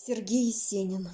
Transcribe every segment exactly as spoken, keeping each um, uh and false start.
Сергей Есенин.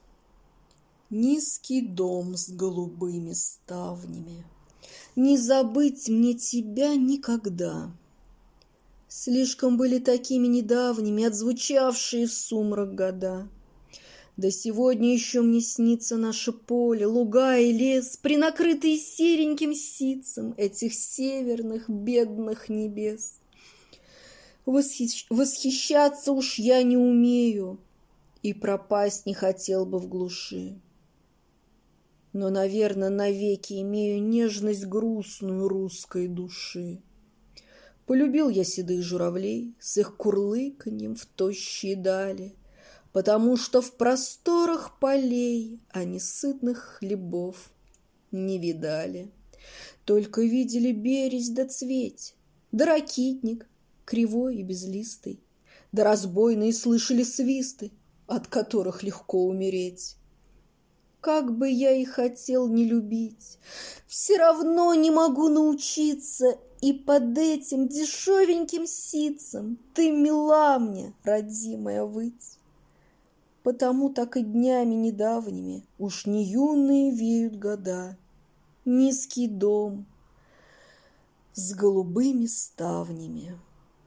Низкий дом с голубыми ставнями, не забыть мне тебя никогда. Слишком были такими недавними отзвучавшие в сумрак года. Да сегодня еще мне снится наше поле, луга и лес, принакрытые сереньким ситцем этих северных бедных небес. Восхищ... Восхищаться уж я не умею, и пропасть не хотел бы в глуши. Но, наверное, навеки имею нежность грустную русской души. Полюбил я седых журавлей с их курлыканьем в тощие дали, потому что в просторах полей они сытных хлебов не видали. Только видели березь да цветь, да ракитник кривой и безлистый, да разбойные слышали свисты, от которых легко умереть. Как бы я и хотел не любить, все равно не могу научиться, и под этим дешевеньким ситцем ты мила мне, родимая, выть. Потому так и днями недавними уж не юные веют года. Низкий дом с голубыми ставнями.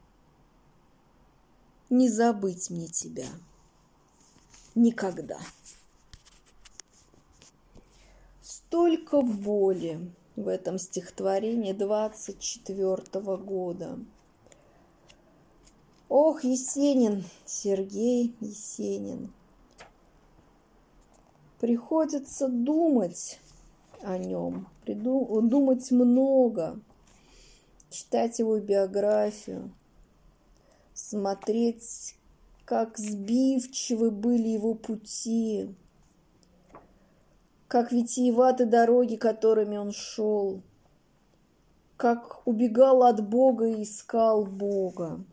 Не забыть мне тебя никогда. Столько боли в этом стихотворении двадцать четвёртого года. Ох, Есенин, Сергей Есенин. Приходится думать о нем, думать много, читать его биографию, смотреть, как сбивчивы были его пути, как витиеваты дороги, которыми он шел, как убегал от Бога и искал Бога.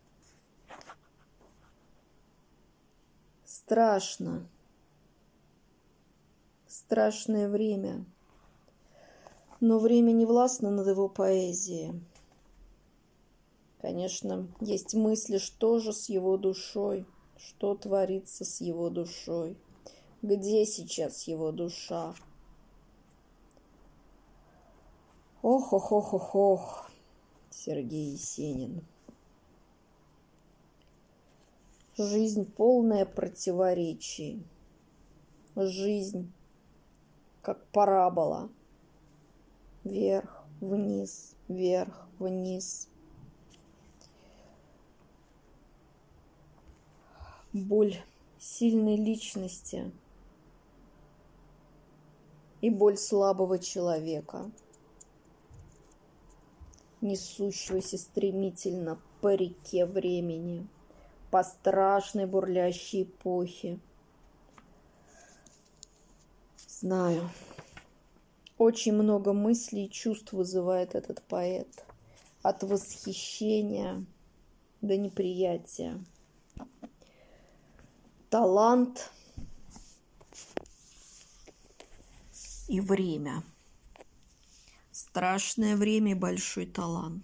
Страшно. Страшное время. Но время не властно над его поэзией. Конечно, есть мысли, что же с его душой, что творится с его душой. Где сейчас его душа? Ох-ох-ох-ох-ох, Сергей Есенин. Жизнь полная противоречий. Жизнь как парабола. Вверх, вниз, вверх, вниз. Боль сильной личности и боль слабого человека, несущегося стремительно по реке времени, по страшной бурлящей эпохе. Знаю, очень много мыслей и чувств вызывает этот поэт, от восхищения до неприятия. Талант и время. Страшное время и большой талант.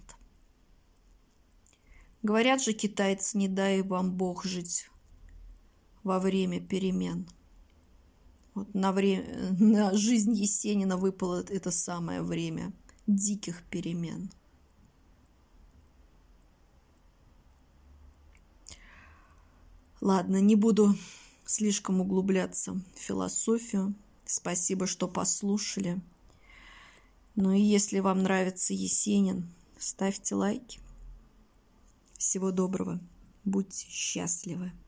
Говорят же китайцы, не дай вам Бог жить во время перемен. Вот на, время, на жизнь Есенина выпало это самое время диких перемен. Ладно, не буду слишком углубляться в философию. Спасибо, что послушали. Ну и если вам нравится Есенин, ставьте лайки. Всего доброго. Будьте счастливы.